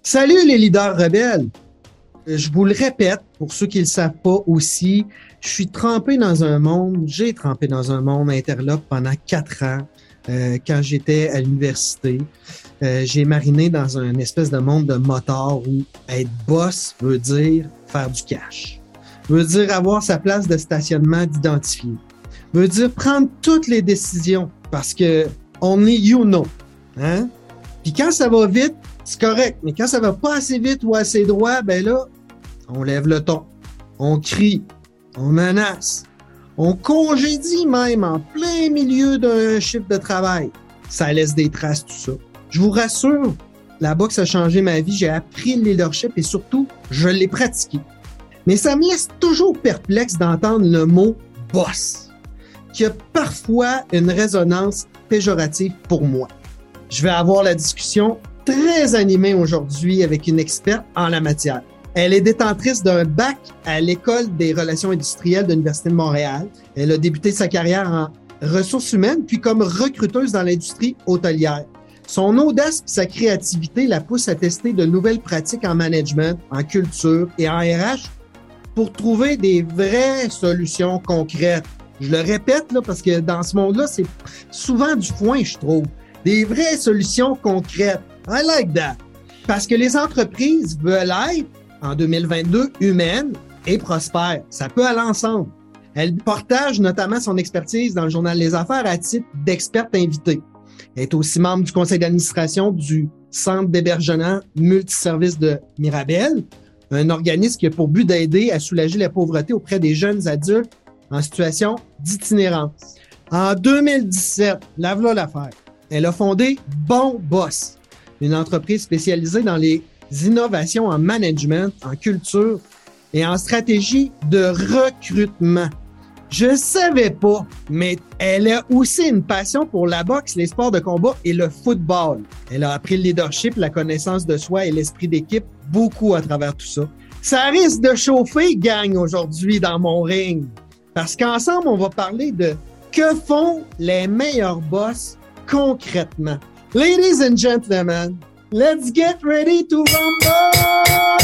Salut les leaders rebelles! Je vous le répète, pour ceux qui ne le savent pas aussi, j'ai trempé dans un monde interlope pendant 4 ans quand j'étais à l'université. J'ai mariné dans un espèce de monde de motards où être boss veut dire faire du cash, veut dire avoir sa place de stationnement d'identifié, veut dire prendre toutes les décisions parce que only you know. Hein? Puis quand ça va vite, c'est correct, mais quand ça va pas assez vite ou assez droit, ben là, on lève le ton, on crie, on menace, on congédie même en plein milieu d'un chiffre de travail. Ça laisse des traces, tout ça. Je vous rassure, la boxe a changé ma vie, j'ai appris le leadership et surtout, je l'ai pratiqué. Mais ça me laisse toujours perplexe d'entendre le mot « boss », qui a parfois une résonance péjorative pour moi. Je vais avoir la discussion très animée aujourd'hui avec une experte en la matière. Elle est détentrice d'un bac à l'École des relations industrielles de l'Université de Montréal. Elle a débuté sa carrière en ressources humaines, puis comme recruteuse dans l'industrie hôtelière. Son audace et sa créativité la poussent à tester de nouvelles pratiques en management, en culture et en RH pour trouver des vraies solutions concrètes. Je le répète là, parce que dans ce monde-là, c'est souvent du foin, je trouve. Des vraies solutions concrètes. I like that. Parce que les entreprises veulent être, en 2022, humaines et prospères. Ça peut aller ensemble. Elle partage notamment son expertise dans le journal Les Affaires à titre d'experte invitée. Elle est aussi membre du conseil d'administration du Centre d'hébergement multiservice de Mirabel, un organisme qui a pour but d'aider à soulager la pauvreté auprès des jeunes adultes en situation d'itinérance. En 2017, là-voilà l'affaire, elle a fondé Bon Boss, une entreprise spécialisée dans les innovations en management, en culture et en stratégie de recrutement. Je savais pas, mais elle a aussi une passion pour la boxe, les sports de combat et le football. Elle a appris le leadership, la connaissance de soi et l'esprit d'équipe beaucoup à travers tout ça. Ça risque de chauffer, gang, aujourd'hui dans mon ring. Parce qu'ensemble, on va parler de que font les meilleurs boss concrètement. Ladies and gentlemen, let's get ready to rumble!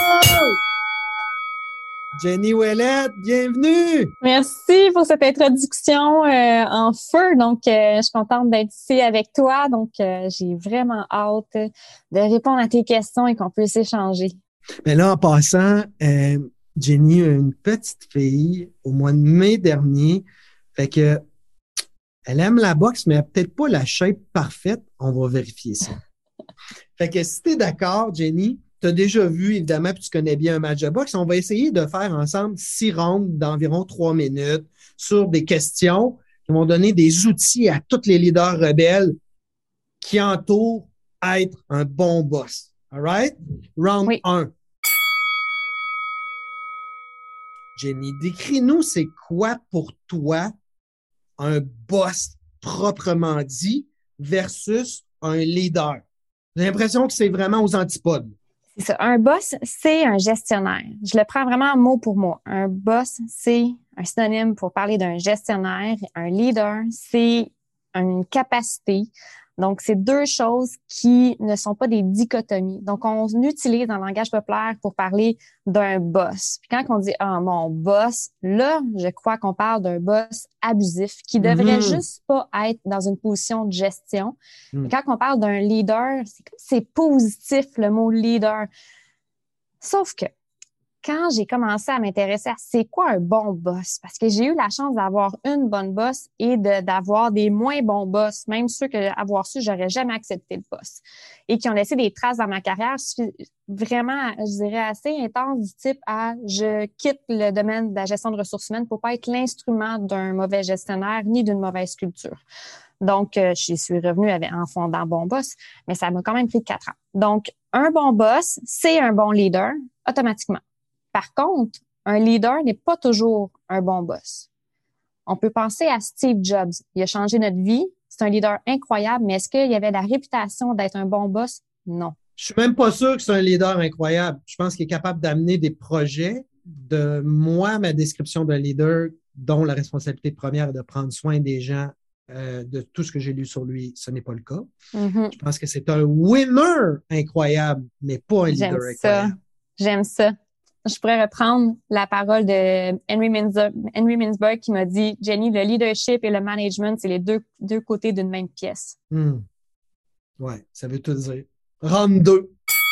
Jenny Ouellette, bienvenue! Merci pour cette introduction en feu. Donc, je suis contente d'être ici avec toi. Donc, j'ai vraiment hâte de répondre à tes questions et qu'on puisse échanger. Mais là, en passant, Jenny a une petite fille au mois de mai dernier. Fait que elle aime la boxe, mais elle n'a peut-être pas la shape parfaite. On va vérifier ça. Fait que si tu es d'accord, Jenny, tu as déjà vu, évidemment, puis tu connais bien un match de boxe. On va essayer de faire ensemble 6 rounds d'environ 3 minutes sur des questions qui vont donner des outils à tous les leaders rebelles qui entourent être un bon boss. All right? Round Oui. 1. Jenny, décris-nous c'est quoi pour toi un boss proprement dit versus un leader. J'ai l'impression que c'est vraiment aux antipodes. C'est ça. Un boss, c'est un gestionnaire. Je le prends vraiment mot pour mot. Un boss, c'est un synonyme pour parler d'un gestionnaire. Un leader, c'est une capacité. Donc, c'est deux choses qui ne sont pas des dichotomies. Donc, on utilise dans le langage populaire pour parler d'un boss. Puis quand on dit « Ah, mon boss », là, je crois qu'on parle d'un boss abusif qui devrait juste pas être dans une position de gestion. Et quand on parle d'un leader, c'est positif, le mot « leader ». Sauf que quand j'ai commencé à m'intéresser à c'est quoi un bon boss, parce que j'ai eu la chance d'avoir une bonne boss et d'avoir des moins bons boss, même ceux que avoir su, j'aurais jamais accepté le poste, et qui ont laissé des traces dans ma carrière vraiment, je dirais, assez intenses du type à je quitte le domaine de la gestion de ressources humaines pour pas être l'instrument d'un mauvais gestionnaire ni d'une mauvaise culture. Donc, je suis revenue en fondant Bon Boss, mais ça m'a quand même pris 4 ans. Donc, un bon boss, c'est un bon leader, automatiquement. Par contre, un leader n'est pas toujours un bon boss. On peut penser à Steve Jobs. Il a changé notre vie. C'est un leader incroyable, mais est-ce qu'il y avait la réputation d'être un bon boss? Non. Je suis même pas sûr que c'est un leader incroyable. Je pense qu'il est capable d'amener des projets. De moi, ma description d'un leader dont la responsabilité première est de prendre soin des gens de tout ce que j'ai lu sur lui, ce n'est pas le cas. Mhm. Je pense que c'est un winner incroyable, mais pas un J'aime leader ça. incroyable. J'aime ça. Je pourrais reprendre la parole de Henry Mintzberg qui m'a dit, Jenny, le leadership et le management, c'est les deux côtés d'une même pièce. Ouais, ça veut tout dire. Round 2.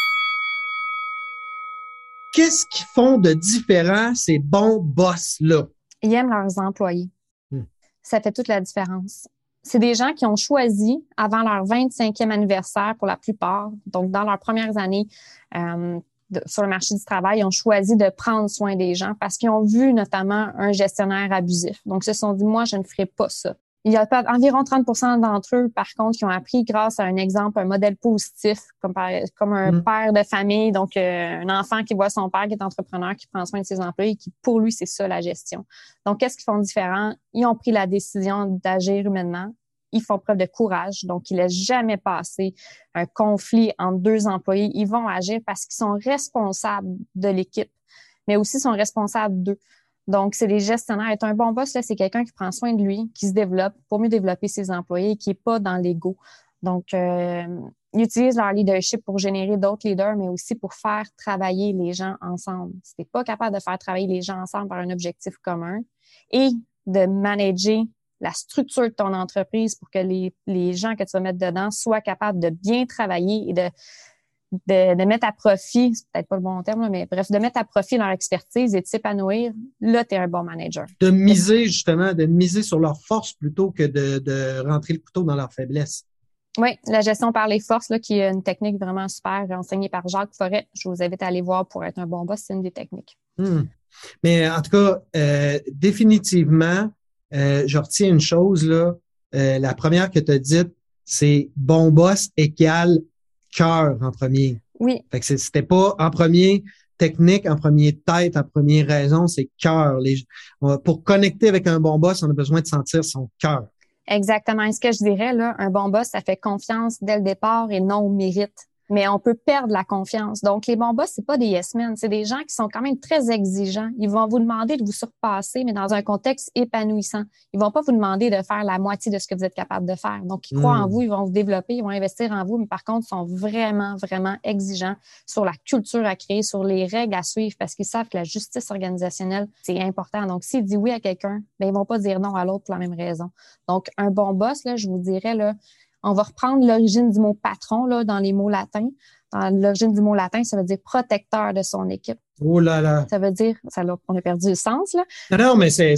Qu'est-ce qu'ils font de différent, ces bons boss-là? Ils aiment leurs employés. Hmm. Ça fait toute la différence. C'est des gens qui ont choisi, avant leur 25e anniversaire pour la plupart, donc dans leurs premières années sur le marché du travail, ils ont choisi de prendre soin des gens parce qu'ils ont vu notamment un gestionnaire abusif. Donc, ils se sont dit, moi, je ne ferai pas ça. Il y a environ 30% d'entre eux, par contre, qui ont appris grâce à un exemple, un modèle positif, comme un père de famille, donc un enfant qui voit son père qui est entrepreneur, qui prend soin de ses employés et qui, pour lui, c'est ça la gestion. Donc, qu'est-ce qu'ils font de différent? Ils ont pris la décision d'agir humainement. Ils font preuve de courage, donc ils laissent jamais passer un conflit entre deux employés. Ils vont agir parce qu'ils sont responsables de l'équipe, mais aussi sont responsables d'eux. Donc, c'est des gestionnaires. Être un bon boss, là, c'est quelqu'un qui prend soin de lui, qui se développe pour mieux développer ses employés et qui n'est pas dans l'ego. Donc, ils utilisent leur leadership pour générer d'autres leaders, mais aussi pour faire travailler les gens ensemble. Si tu n'es pas capable de faire travailler les gens ensemble par un objectif commun et de manager la structure de ton entreprise pour que les gens que tu vas mettre dedans soient capables de bien travailler et de mettre à profit, c'est peut-être pas le bon terme, là, mais bref, de mettre à profit leur expertise et de s'épanouir, là, tu es un bon manager. De miser, justement, de miser sur leurs forces plutôt que de rentrer le couteau dans leurs faiblesses. Oui, la gestion par les forces, là, qui est une technique vraiment super enseignée par Jacques Forêt. Je vous invite à aller voir pour être un bon boss, c'est une des techniques. Mais en tout cas, définitivement, je retiens une chose, là. La première que tu as dite, c'est bon boss égale cœur en premier. Oui. Fait que c'était pas en premier technique, en premier tête, en premier raison, c'est cœur. Pour connecter avec un bon boss, on a besoin de sentir son cœur. Exactement. Et ce que je dirais, là, un bon boss, ça fait confiance dès le départ et non au mérite. Mais on peut perdre la confiance. Donc, les bons boss, c'est pas des yes men. C'est des gens qui sont quand même très exigeants. Ils vont vous demander de vous surpasser, mais dans un contexte épanouissant. Ils vont pas vous demander de faire la moitié de ce que vous êtes capable de faire. Donc, ils croient en vous, ils vont vous développer, ils vont investir en vous, mais par contre, ils sont vraiment, vraiment exigeants sur la culture à créer, sur les règles à suivre, parce qu'ils savent que la justice organisationnelle, c'est important. Donc, s'ils disent oui à quelqu'un, ben, ils vont pas dire non à l'autre pour la même raison. Donc, un bon boss, là, je vous dirais, là, on va reprendre l'origine du mot patron là, dans les mots latins. Dans l'origine du mot latin, ça veut dire protecteur de son équipe. Oh là là. Ça veut dire, on a perdu le sens, là. Non, mais c'est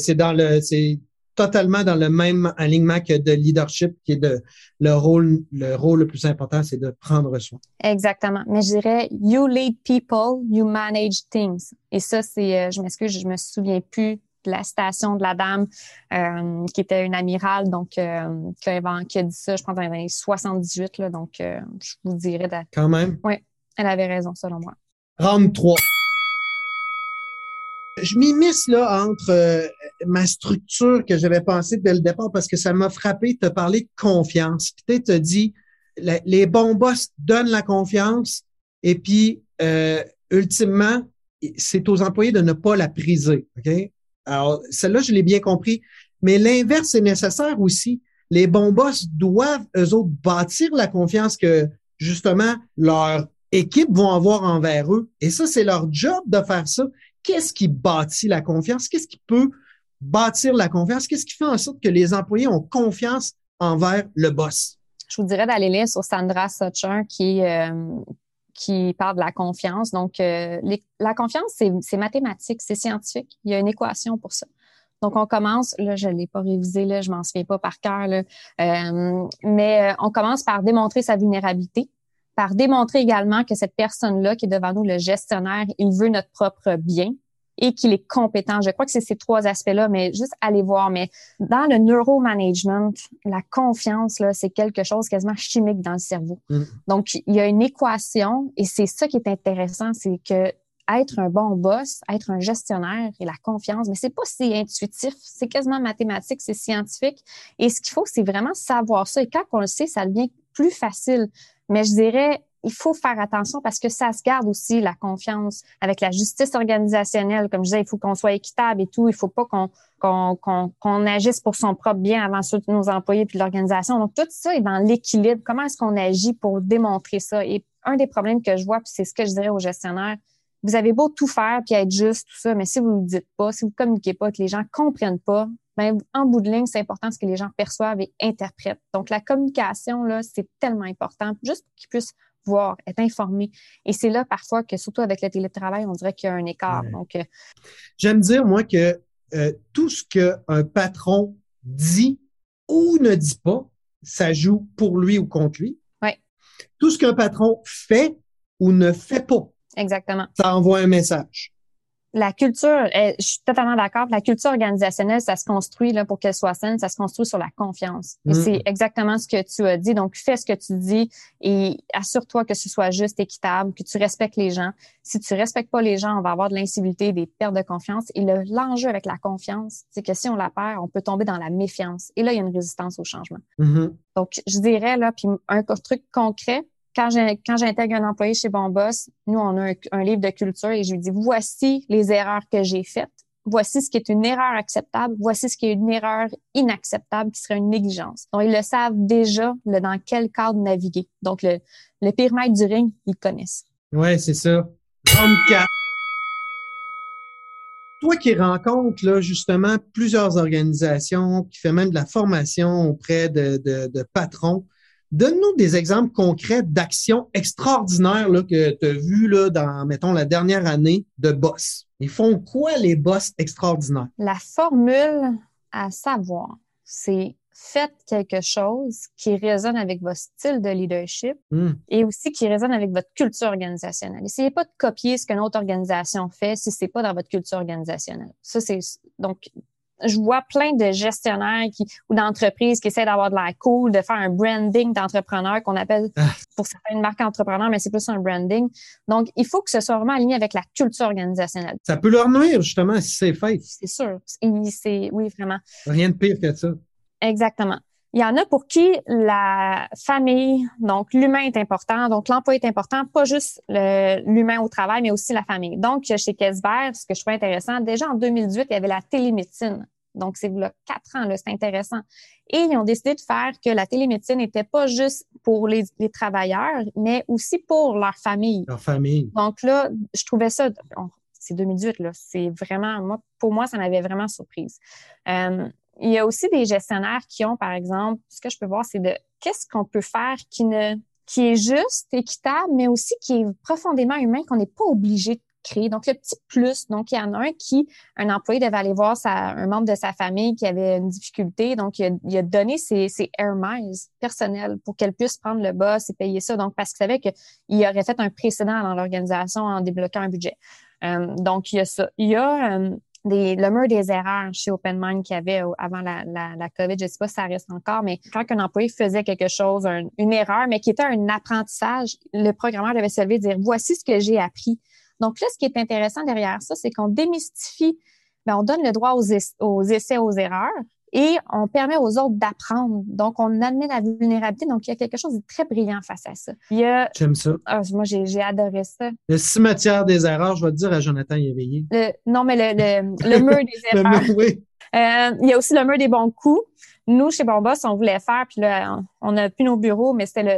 totalement dans le même alignement que de leadership, qui est le rôle le plus important, c'est de prendre soin. Exactement. Mais je dirais, you lead people, you manage things. Et ça, c'est, je m'excuse, je me souviens plus de la citation de la dame qui était une amirale, donc qui a dit ça, je pense, dans les années 78. Là, donc, je vous dirais... Quand même? Oui, elle avait raison, selon moi. Round 3. Je m'immisce là entre ma structure que j'avais pensée dès le départ parce que ça m'a frappé de te parler de confiance. Puis tu as dit, les bons boss donnent la confiance et puis, ultimement, c'est aux employés de ne pas la priser. OK? Alors, celle-là, je l'ai bien compris. Mais l'inverse est nécessaire aussi. Les bons boss doivent, eux autres, bâtir la confiance que, justement, leur équipe vont avoir envers eux. Et ça, c'est leur job de faire ça. Qu'est-ce qui bâtit la confiance? Qu'est-ce qui peut bâtir la confiance? Qu'est-ce qui fait en sorte que les employés ont confiance envers le boss? Je vous dirais d'aller lire sur Sandra Sucher qui parle de la confiance. Donc, la confiance, c'est mathématique, c'est scientifique. Il y a une équation pour ça. Donc, on commence, là, je l'ai pas révisé, là, je m'en souviens pas par cœur, là, mais on commence par démontrer sa vulnérabilité, par démontrer également que cette personne-là qui est devant nous, le gestionnaire, il veut notre propre bien et qu'il est compétent. Je crois que c'est ces trois aspects-là, mais juste aller voir. Mais dans le neuromanagement, la confiance, là, c'est quelque chose quasiment chimique dans le cerveau. Donc, il y a une équation et c'est ça qui est intéressant, c'est que être un bon boss, être un gestionnaire et la confiance, mais c'est pas si intuitif, c'est quasiment mathématique, c'est scientifique. Et ce qu'il faut, c'est vraiment savoir ça. Et quand on le sait, ça devient plus facile. Mais je dirais, il faut faire attention parce que ça se garde aussi la confiance avec la justice organisationnelle. Comme je disais, il faut qu'on soit équitable et tout. Il faut pas qu'on agisse pour son propre bien avant ceux de nos employés puis de l'organisation. Donc, tout ça est dans l'équilibre. Comment est-ce qu'on agit pour démontrer ça? Et un des problèmes que je vois, puis c'est ce que je dirais aux gestionnaires, vous avez beau tout faire puis être juste, tout ça, mais si vous ne le dites pas, si vous ne communiquez pas, que les gens comprennent pas, ben, en bout de ligne, c'est important ce que les gens perçoivent et interprètent. Donc, la communication, là, c'est tellement important, juste pour qu'ils puissent voir, être informés. Et c'est là, parfois, que surtout avec le télétravail, on dirait qu'il y a un écart. Ouais. Donc, J'aime dire, moi, que tout ce qu'un patron dit ou ne dit pas, ça joue pour lui ou contre lui. ouais, Tout ce qu'un patron fait ou ne fait pas, exactement. ça envoie un message. La culture, je suis totalement d'accord. La culture organisationnelle, ça se construit là pour qu'elle soit saine, ça se construit sur la confiance. Et c'est exactement ce que tu as dit. Donc, fais ce que tu dis et assure-toi que ce soit juste, équitable, que tu respectes les gens. Si tu respectes pas les gens, on va avoir de l'incivilité, des pertes de confiance. Et l'enjeu avec la confiance, c'est que si on la perd, on peut tomber dans la méfiance. Et là, il y a une résistance au changement. Donc, je dirais là, puis un truc concret. Quand j'intègre un employé chez Bon Boss, nous, on a un livre de culture et je lui dis, voici les erreurs que j'ai faites. Voici ce qui est une erreur acceptable. Voici ce qui est une erreur inacceptable, qui serait une négligence. Donc, ils le savent déjà dans quel cadre naviguer. Donc, le périmètre du ring, ils le connaissent. Ouais, c'est ça. Round 4. Toi qui rencontres là, justement plusieurs organisations, qui fait même de la formation auprès de patrons, donne-nous des exemples concrets d'actions extraordinaires là, que tu as vues là, dans, mettons, la dernière année de boss. Ils font quoi les boss extraordinaires? La formule à savoir, c'est faites quelque chose qui résonne avec votre style de leadership et aussi qui résonne avec votre culture organisationnelle. Essayez pas de copier ce qu'une autre organisation fait si c'est pas dans votre culture organisationnelle. Ça, c'est donc je vois plein de gestionnaires ou d'entreprises qui essaient d'avoir de l'air cool, de faire un branding d'entrepreneur qu'on appelle pour certaines marques entrepreneurs, mais c'est plus un branding. Donc, il faut que ce soit vraiment aligné avec la culture organisationnelle. Ça peut leur nuire, justement, si c'est fait. C'est sûr. Oui, vraiment. Rien de pire que ça. Exactement. Il y en a pour qui la famille, donc l'humain est important, donc l'emploi est important, pas juste l'humain au travail, mais aussi la famille. Donc, chez Kesberg, ce que je trouve intéressant, déjà en 2018, il y avait la télémédecine. Donc, c'est là 4 ans, là, c'est intéressant. Et ils ont décidé de faire que la télémédecine n'était pas juste pour les travailleurs, mais aussi pour leur famille. Leur famille. Donc là, je trouvais ça, c'est 2018, là, c'est vraiment, pour moi, ça m'avait vraiment surprise. Il y a aussi des gestionnaires qui ont, par exemple, ce que je peux voir, c'est qu'est-ce qu'on peut faire qui est juste, équitable, mais aussi qui est profondément humain, qu'on n'est pas obligé de créer. Donc, le petit plus. Donc, il y en a un employé devait aller voir un membre de sa famille qui avait une difficulté. Donc, il a donné ses Air Miles personnels pour qu'elle puisse prendre le boss et payer ça. Donc, parce qu'il savait qu'il aurait fait un précédent dans l'organisation en débloquant un budget. Donc, il y a ça. Il y a le mur des erreurs chez Open Mind qu'il y avait avant la COVID. Je sais pas si ça reste encore, mais quand un employé faisait quelque chose, une erreur, mais qui était un apprentissage, le programmeur devait se lever et dire, voici ce que j'ai appris. Donc là, ce qui est intéressant derrière ça, c'est qu'on démystifie, on donne le droit aux essais, aux erreurs, et on permet aux autres d'apprendre. Donc, on admet la vulnérabilité. Donc, il y a quelque chose de très brillant face à ça. J'aime ça. Moi, j'ai adoré ça. Le cimetière des erreurs, je vais te dire à Jonathan Éveillé. Non, mais le mur des erreurs. Oui. Il y a aussi le mur des bons coups. Nous, chez Bon Boss, on voulait faire, puis là, on n'a plus nos bureaux, mais c'était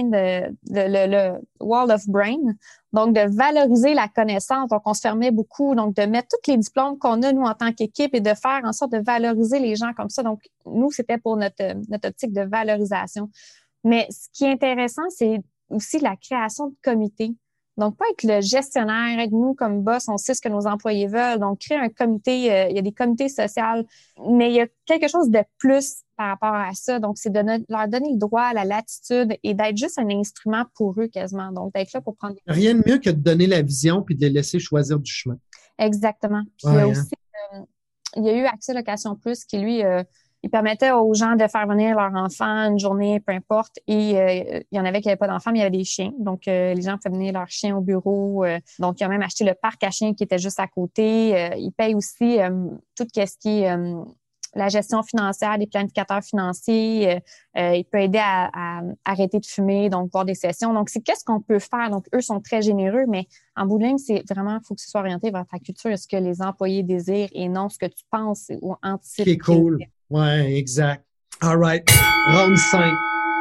le Wall of Brain. Donc, de valoriser la connaissance. Donc, on se fermait beaucoup. Donc, de mettre tous les diplômes qu'on a, nous, en tant qu'équipe et de faire en sorte de valoriser les gens comme ça. Donc, nous, c'était pour notre optique de valorisation. Mais ce qui est intéressant, c'est aussi la création de comités. Donc, pas être le gestionnaire, être nous comme boss, on sait ce que nos employés veulent. Donc, créer un comité, il y a des comités sociaux, mais il y a quelque chose de plus par rapport à ça. Donc, c'est de leur donner le droit à la latitude et d'être juste un instrument pour eux quasiment. Donc, d'être là pour prendre des... Rien de mieux que de donner la vision puis de les laisser choisir du chemin. Exactement. Puis, il y a aussi, il y a eu Accès Location Plus qui, lui, il permettait aux gens de faire venir leur enfant une journée, peu importe. Et il y en avait qui n'avaient pas d'enfants, mais il y avait des chiens. Donc, les gens pouvaient venir leurs chiens au bureau. Donc, ils ont même acheté le parc à chiens qui était juste à côté. Ils payent aussi tout ce qui est la gestion financière, des planificateurs financiers. Il peut aider à arrêter de fumer, donc voir des sessions. Donc, c'est qu'est-ce qu'on peut faire. Donc, eux sont très généreux, mais en bout de ligne, c'est vraiment, il faut que ce soit orienté vers ta culture et ce que les employés désirent et non ce que tu penses ou anticipes. Qui est cool. Ouais, exact. All right. Round 5.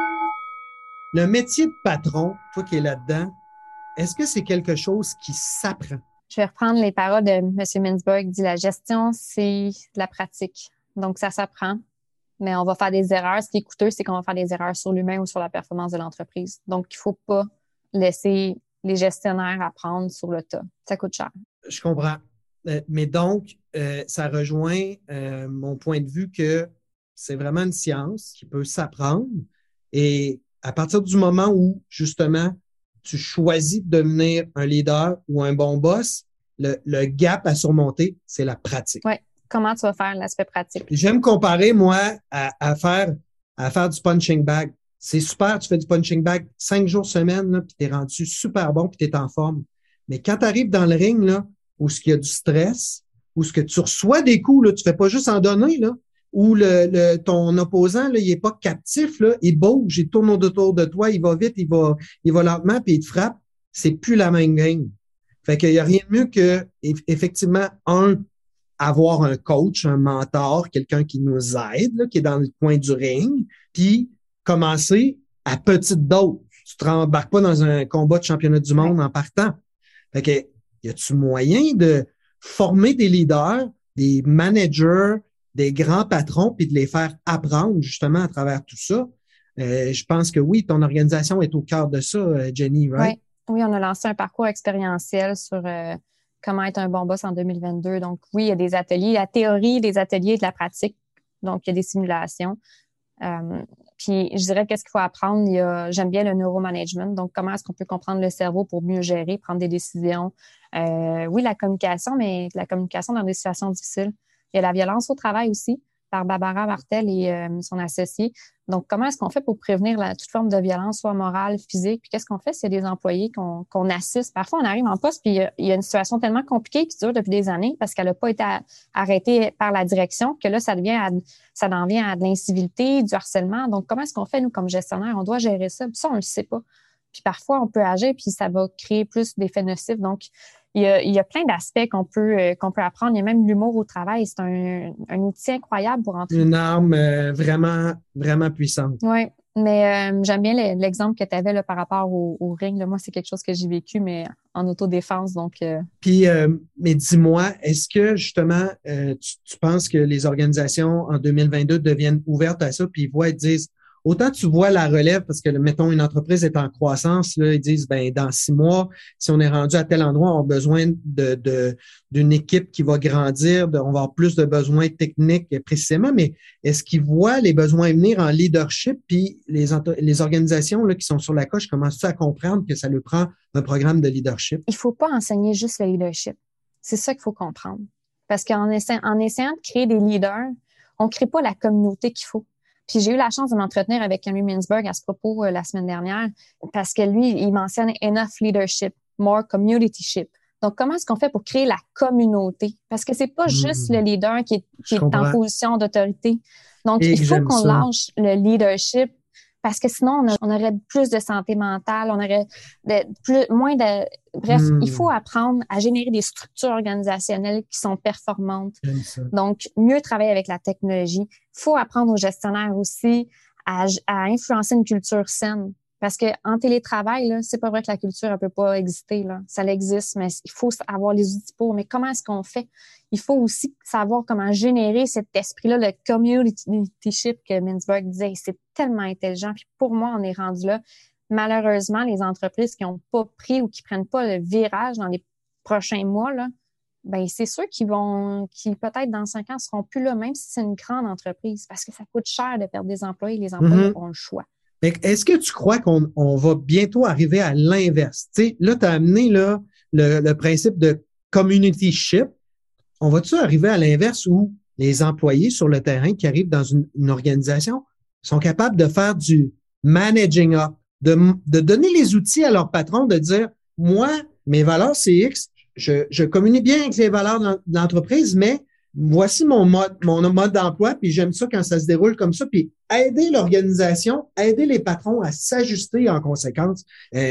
Le métier de patron, toi qui es là-dedans, est-ce que c'est quelque chose qui s'apprend? Je vais reprendre les paroles de M. Mintzberg, il dit la gestion, c'est de la pratique. Donc, ça s'apprend, mais on va faire des erreurs. Ce qui est coûteux, c'est qu'on va faire des erreurs sur l'humain ou sur la performance de l'entreprise. Donc, il faut pas laisser les gestionnaires apprendre sur le tas. Ça coûte cher. Je comprends. Mais donc, ça rejoint mon point de vue que c'est vraiment une science qui peut s'apprendre. Et à partir du moment où, justement, tu choisis de devenir un leader ou un bon boss, le gap à surmonter, c'est la pratique. Oui. Comment tu vas faire l'aspect pratique? J'aime comparer, moi, à faire du punching bag. C'est super, tu fais du punching bag 5 jours semaine, là, puis t'es rendu super bon, puis t'es en forme. Mais quand tu arrives dans le ring, là, où il y a du stress, où ce que tu reçois des coups, là, tu fais pas juste en donner, là, où ton opposant, là, il est pas captif, là, il bouge, il tourne autour de toi, il va vite, il va lentement, puis il te frappe. C'est plus la même game. Fait qu'il y a rien de mieux que, effectivement, avoir un coach, un mentor, quelqu'un qui nous aide, là, qui est dans le coin du ring, puis commencer à petite dose. Tu te rembarques pas dans un combat de championnat du monde en partant. Fait que, y a-tu moyen de former des leaders, des managers, des grands patrons, puis de les faire apprendre justement à travers tout ça? Je pense que oui, ton organisation est au cœur de ça, Jenny, right? Oui, on a lancé un parcours expérientiel sur comment être un bon boss en 2022. Donc, oui, il y a des ateliers, la théorie, des ateliers, de la pratique. Donc, il y a des simulations. Puis, je dirais qu'est-ce qu'il faut apprendre. J'aime bien le neuromanagement. Donc, comment est-ce qu'on peut comprendre le cerveau pour mieux gérer, prendre des décisions. Oui, la communication, mais la communication dans des situations difficiles. Il y a la violence au travail aussi, par Barbara Martel et son associé. Donc, comment est-ce qu'on fait pour prévenir toute forme de violence, soit morale, physique? Puis qu'est-ce qu'on fait s'il y a des employés qu'on assiste? Parfois, on arrive en poste, puis il y a une situation tellement compliquée qui dure depuis des années parce qu'elle n'a pas été arrêtée par la direction que là, ça en vient à de l'incivilité, du harcèlement. Donc, comment est-ce qu'on fait, nous, comme gestionnaire? On doit gérer ça. Puis ça, on ne le sait pas. Puis parfois, on peut agir, puis ça va créer plus d'effets nocifs. Donc, il y a plein d'aspects qu'on peut apprendre. Il y a même l'humour au travail. C'est un outil incroyable pour entrer. Une arme vraiment, vraiment puissante. Oui, mais j'aime bien l'exemple que tu avais là, par rapport au ring. Là. Moi, c'est quelque chose que j'ai vécu, mais en autodéfense. Donc, Puis, mais dis-moi, est-ce que justement, tu penses que les organisations en 2022 deviennent ouvertes à ça, puis ils disent, autant tu vois la relève, parce que, mettons, une entreprise est en croissance, là, ils disent, ben dans 6 mois, si on est rendu à tel endroit, on a besoin d'une équipe qui va grandir, on va avoir plus de besoins techniques précisément, mais est-ce qu'ils voient les besoins venir en leadership, puis les organisations là, qui sont sur la coche commencent à comprendre que ça leur prend un programme de leadership? Il faut pas enseigner juste le leadership. C'est ça qu'il faut comprendre. Parce qu'en essayant de créer des leaders, on crée pas la communauté qu'il faut. Puis j'ai eu la chance de m'entretenir avec Henry Mintzberg à ce propos la semaine dernière parce que lui, il mentionne enough leadership, more communityship. Donc, comment est-ce qu'on fait pour créer la communauté? Parce que c'est pas juste le leader qui est en position d'autorité. Donc, il faut qu'on lâche le leadership parce que sinon, on aurait plus de santé mentale, on aurait moins de... Bref, il faut apprendre à générer des structures organisationnelles qui sont performantes. Donc, mieux travailler avec la technologie. Il faut apprendre aux gestionnaires aussi à influencer une culture saine. Parce que en télétravail, là, c'est pas vrai que la culture, elle peut pas exister, là. Ça existe, mais il faut avoir les outils pour. Mais comment est-ce qu'on fait? Il faut aussi savoir comment générer cet esprit-là, le communityship que Mintzberg disait. C'est tellement intelligent. Puis pour moi, on est rendu là. Malheureusement, les entreprises qui ont pas pris ou qui prennent pas le virage dans les prochains mois, là, ben, c'est ceux qui peut-être dans 5 ans seront plus là, même si c'est une grande entreprise, parce que ça coûte cher de perdre des employés. Les employés ont le choix. Est-ce que tu crois qu'on va bientôt arriver à l'inverse? Tu sais, là, tu as amené là, le principe de communityship. On va-tu arriver à l'inverse où les employés sur le terrain qui arrivent dans une organisation sont capables de faire du managing up, de donner les outils à leur patron, de dire, moi, mes valeurs, c'est X, je communique bien avec les valeurs de l'entreprise, mais voici mon mode d'emploi, puis j'aime ça quand ça se déroule comme ça, puis aider l'organisation, aider les patrons à s'ajuster en conséquence.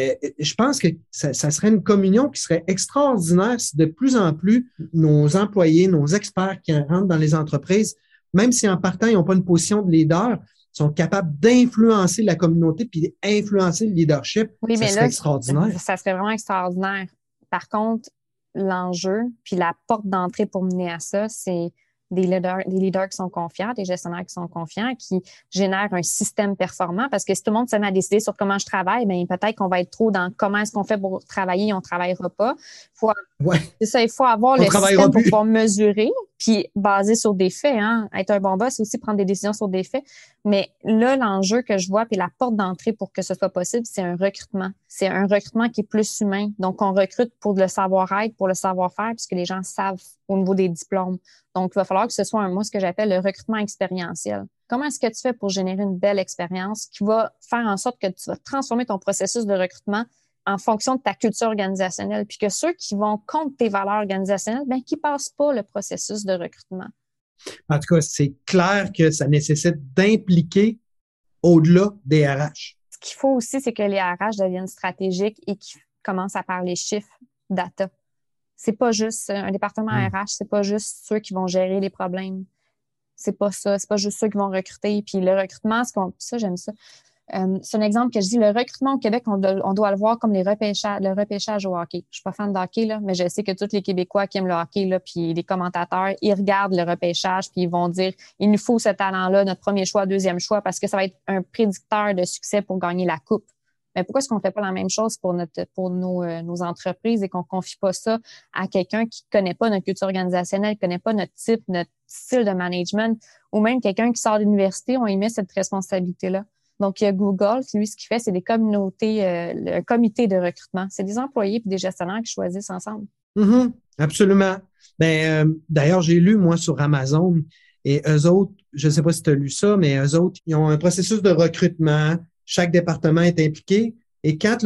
Je pense que ça serait une communion qui serait extraordinaire si de plus en plus nos employés, nos experts qui rentrent dans les entreprises, même si en partant, ils n'ont pas une position de leader, sont capables d'influencer la communauté puis d'influencer le leadership. Oui, ça mais serait là, extraordinaire. ça serait vraiment extraordinaire. Par contre, l'enjeu, puis la porte d'entrée pour mener à ça, c'est des leaders qui sont confiants, des gestionnaires qui sont confiants, qui génèrent un système performant. Parce que si tout le monde se met à décider sur comment je travaille, bien, peut-être qu'on va être trop dans comment est-ce qu'on fait pour travailler et on ne travaillera pas. Ouais. C'est ça, il faut avoir On le système pour plus. pouvoir mesurer, puis basé sur des faits. Hein. Être un bon boss, c'est aussi prendre des décisions sur des faits. Mais là, l'enjeu que je vois, puis la porte d'entrée pour que ce soit possible, c'est un recrutement. C'est un recrutement qui est plus humain. Donc, on recrute pour le savoir-être, pour le savoir-faire, puisque les gens savent au niveau des diplômes. Donc, il va falloir que ce soit moi, ce que j'appelle le recrutement expérientiel. Comment est-ce que tu fais pour générer une belle expérience qui va faire en sorte que tu vas transformer ton processus de recrutement en fonction de ta culture organisationnelle, puis que ceux qui vont contre tes valeurs organisationnelles, ben, qui passent pas le processus de recrutement. En tout cas, c'est clair que ça nécessite d'impliquer au-delà des RH. Ce qu'il faut aussi, c'est que les RH deviennent stratégiques et qu'ils commencent à parler chiffres, data. C'est pas juste un département RH, c'est pas juste ceux qui vont gérer les problèmes. C'est pas ça, c'est pas juste ceux qui vont recruter. Puis le recrutement, ça, j'aime ça. C'est un exemple que je dis, le recrutement au Québec, on doit le voir comme le repêchage au hockey. Je suis pas fan de hockey, là, mais je sais que tous les Québécois qui aiment le hockey, là, puis les commentateurs, ils regardent le repêchage, puis ils vont dire, il nous faut ce talent-là, notre premier choix, deuxième choix, parce que ça va être un prédicteur de succès pour gagner la coupe. Mais pourquoi est-ce qu'on fait pas la même chose pour nos entreprises et qu'on confie pas ça à quelqu'un qui connaît pas notre culture organisationnelle, connaît pas notre type, notre style de management, ou même quelqu'un qui sort d'université, on y met cette responsabilité-là. Donc, il y a Google, lui, ce qu'il fait, c'est des communautés, un comité de recrutement. C'est des employés et des gestionnaires qui choisissent ensemble. Mm-hmm, absolument. D'ailleurs, j'ai lu, moi, sur Amazon, et eux autres, je ne sais pas si tu as lu ça, mais eux autres, ils ont un processus de recrutement. Chaque département est impliqué. Et quand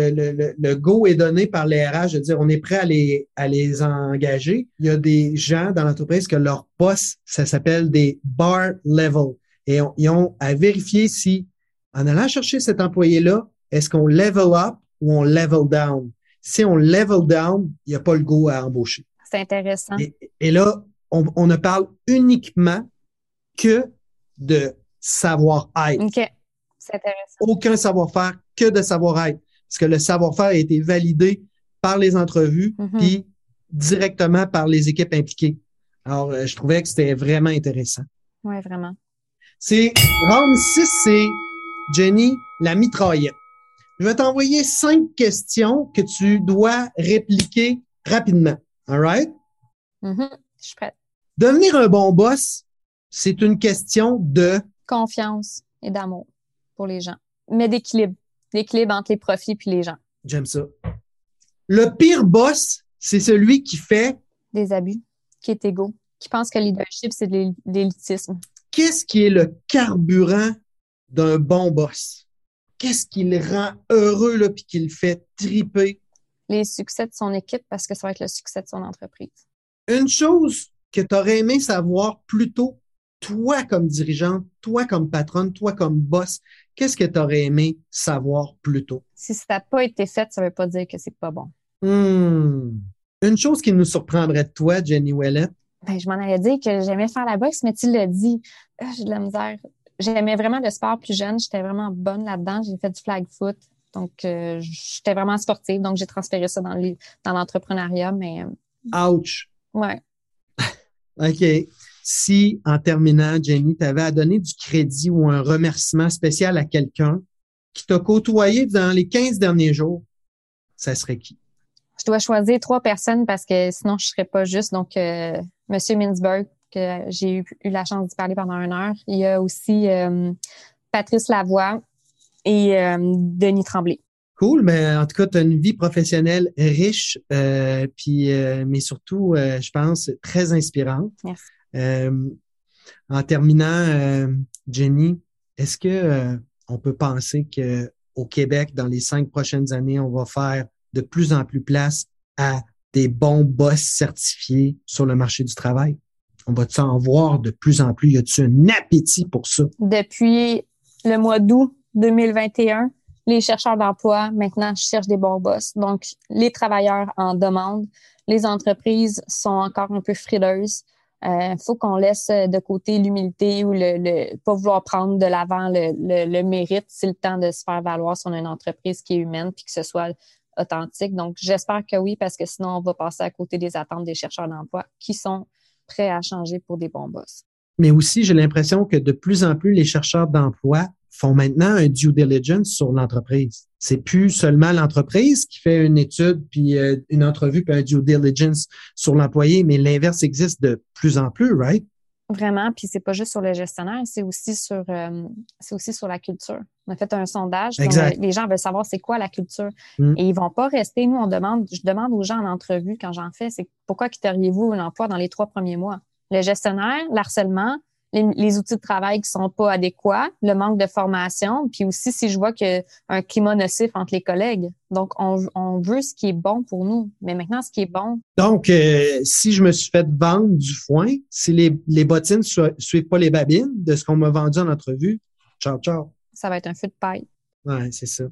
le go est donné par les RH de dire on est prêt à les engager, il y a des gens dans l'entreprise que leur poste, ça s'appelle des bar level. Et ils ont à vérifier si, en allant chercher cet employé-là, est-ce qu'on level up ou on level down? Si on level down, il n'y a pas le go à embaucher. C'est intéressant. Et là, on ne parle uniquement que de savoir-être. OK. C'est intéressant. Aucun savoir-faire, que de savoir-être. Parce que le savoir-faire a été validé par les entrevues puis directement par les équipes impliquées. Alors, je trouvais que c'était vraiment intéressant. Oui, vraiment. C'est round 6, c'est Jenny, la mitraillette. Je vais t'envoyer 5 questions que tu dois répliquer rapidement. All right? Je suis prête. Devenir un bon boss, c'est une question de confiance et d'amour pour les gens, mais d'équilibre. D'équilibre entre les profits puis les gens. J'aime ça. Le pire boss, c'est celui qui fait des abus, qui est égo, qui pense que le leadership, c'est de l'élitisme. Qu'est-ce qui est le carburant d'un bon boss? Qu'est-ce qui le rend heureux là, puis qui le fait triper? Les succès de son équipe parce que ça va être le succès de son entreprise. Une chose que tu aurais aimé savoir plus tôt, toi comme dirigeante, toi comme patronne, toi comme boss, qu'est-ce que tu aurais aimé savoir plus tôt? Si ça n'a pas été fait, ça ne veut pas dire que c'est pas bon. Une chose qui nous surprendrait de toi, Jenny Ouellet? Ben, je m'en allais dire que j'aimais faire la boxe, mais tu l'as dit. J'ai de la misère. J'aimais vraiment le sport plus jeune. J'étais vraiment bonne là-dedans. J'ai fait du flag foot. Donc, j'étais vraiment sportive. Donc, j'ai transféré ça dans l'entrepreneuriat, mais... Ouch! Ouais. OK. Si, en terminant, Jenny, tu avais à donner du crédit ou un remerciement spécial à quelqu'un qui t'a côtoyé dans les 15 derniers jours, ça serait qui? Je dois choisir 3 personnes parce que sinon, je ne serais pas juste. Donc, Monsieur Mintzberg, que j'ai eu la chance d'y parler pendant 1 heure. Il y a aussi Patrice Lavoie et Denis Tremblay. Cool, mais en tout cas, tu as une vie professionnelle riche, mais surtout, je pense, très inspirante. Merci. En terminant, Jenny, est-ce que on peut penser que au Québec, dans les 5 prochaines années, on va faire de plus en plus place à des bons boss certifiés sur le marché du travail? On va-tu en voir de plus en plus? Y a-tu un appétit pour ça? Depuis le mois d'août 2021, les chercheurs d'emploi, maintenant, cherchent des bons boss. Donc, les travailleurs en demandent. Les entreprises sont encore un peu frileuses. Faut qu'on laisse de côté l'humilité ou le pas vouloir prendre de l'avant le mérite. C'est le temps de se faire valoir si on a une entreprise qui est humaine puis que ce soit authentique. Donc, j'espère que oui, parce que sinon, on va passer à côté des attentes des chercheurs d'emploi qui sont prêts à changer pour des bons boss. Mais aussi, j'ai l'impression que de plus en plus, les chercheurs d'emploi font maintenant un due diligence sur l'entreprise. C'est plus seulement l'entreprise qui fait une étude, puis une entrevue, puis un due diligence sur l'employé, mais l'inverse existe de plus en plus, right? Vraiment, puis c'est pas juste sur le gestionnaire, c'est aussi sur la culture. On a fait un sondage, les gens veulent savoir c'est quoi la culture. Et ils vont pas rester. Nous, je demande aux gens en entrevue quand j'en fais, c'est pourquoi quitteriez-vous un emploi dans les 3 premiers mois? Le gestionnaire, l'harcèlement, les outils de travail qui sont pas adéquats, le manque de formation, puis aussi si je vois qu'il y a un climat nocif entre les collègues. Donc, on veut ce qui est bon pour nous. Mais maintenant, ce qui est bon... Donc, si je me suis fait vendre du foin, si les bottines suivent pas les babines de ce qu'on m'a vendu en entrevue, ciao, ciao. Ça va être un feu de paille. Ouais, c'est ça.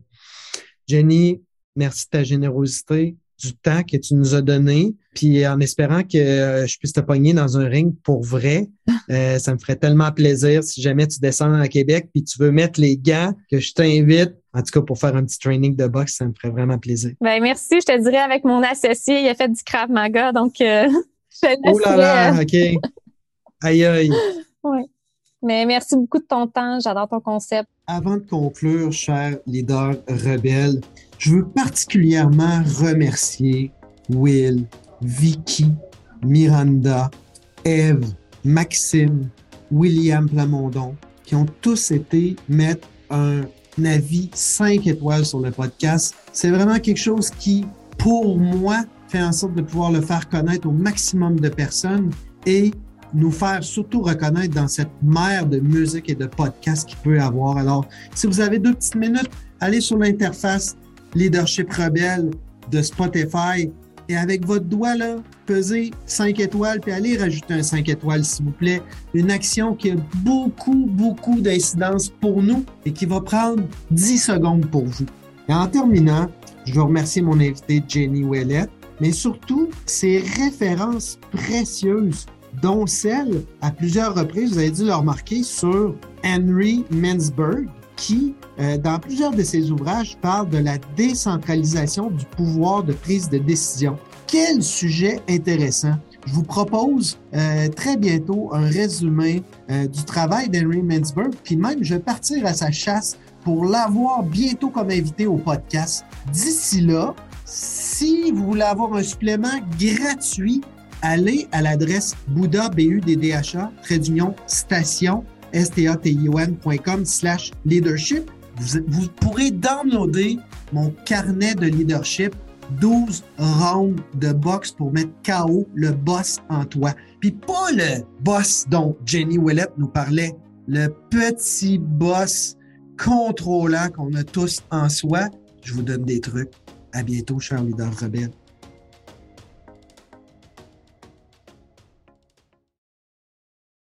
Jenny, merci de ta générosité, du temps que tu nous as donné, puis en espérant que je puisse te pogner dans un ring pour vrai. Ça me ferait tellement plaisir si jamais tu descends à Québec puis tu veux mettre les gants, que je t'invite, en tout cas pour faire un petit training de boxe, ça me ferait vraiment plaisir. Ben merci, je te dirais avec mon associé, il a fait du Krav Maga, donc je oh là là, OK. Aïe aïe. Oui. Mais merci beaucoup de ton temps, j'adore ton concept. Avant de conclure, cher leader rebelle, je veux particulièrement remercier Will, Vicky, Miranda, Eve, Maxime, William Plamondon, qui ont tous été mettre un avis 5 étoiles sur le podcast. C'est vraiment quelque chose qui, pour moi, fait en sorte de pouvoir le faire connaître au maximum de personnes et nous faire surtout reconnaître dans cette mer de musique et de podcasts qu'il peut y avoir. Alors, si vous avez 2 petites minutes, allez sur l'interface Leadership Rebelle de Spotify et avec votre doigt, là, pesez 5 étoiles puis allez rajouter un 5 étoiles, s'il vous plaît. Une action qui a beaucoup d'incidence pour nous et qui va prendre 10 secondes pour vous. Et en terminant, je veux remercier mon invité Jenny Ouellette, mais surtout ses références précieuses, dont celle, à plusieurs reprises, vous avez dû le remarquer, sur Henry Mintzberg, qui, dans plusieurs de ses ouvrages, parle de la décentralisation du pouvoir de prise de décision. Quel sujet intéressant! Je vous propose très bientôt un résumé du travail d'Henry Mintzberg, puis même je vais partir à sa chasse pour l'avoir bientôt comme invité au podcast. D'ici là, si vous voulez avoir un supplément gratuit, allez à l'adresse Bouddha, BUDDHA, station, station.com/leadership. Vous pourrez downloader mon carnet de leadership, 12 rounds de boxe pour mettre KO le boss en toi. Puis pas le boss dont Jenny Ouellette nous parlait, le petit boss contrôlant qu'on a tous en soi. Je vous donne des trucs. À bientôt, chers leaders rebelles.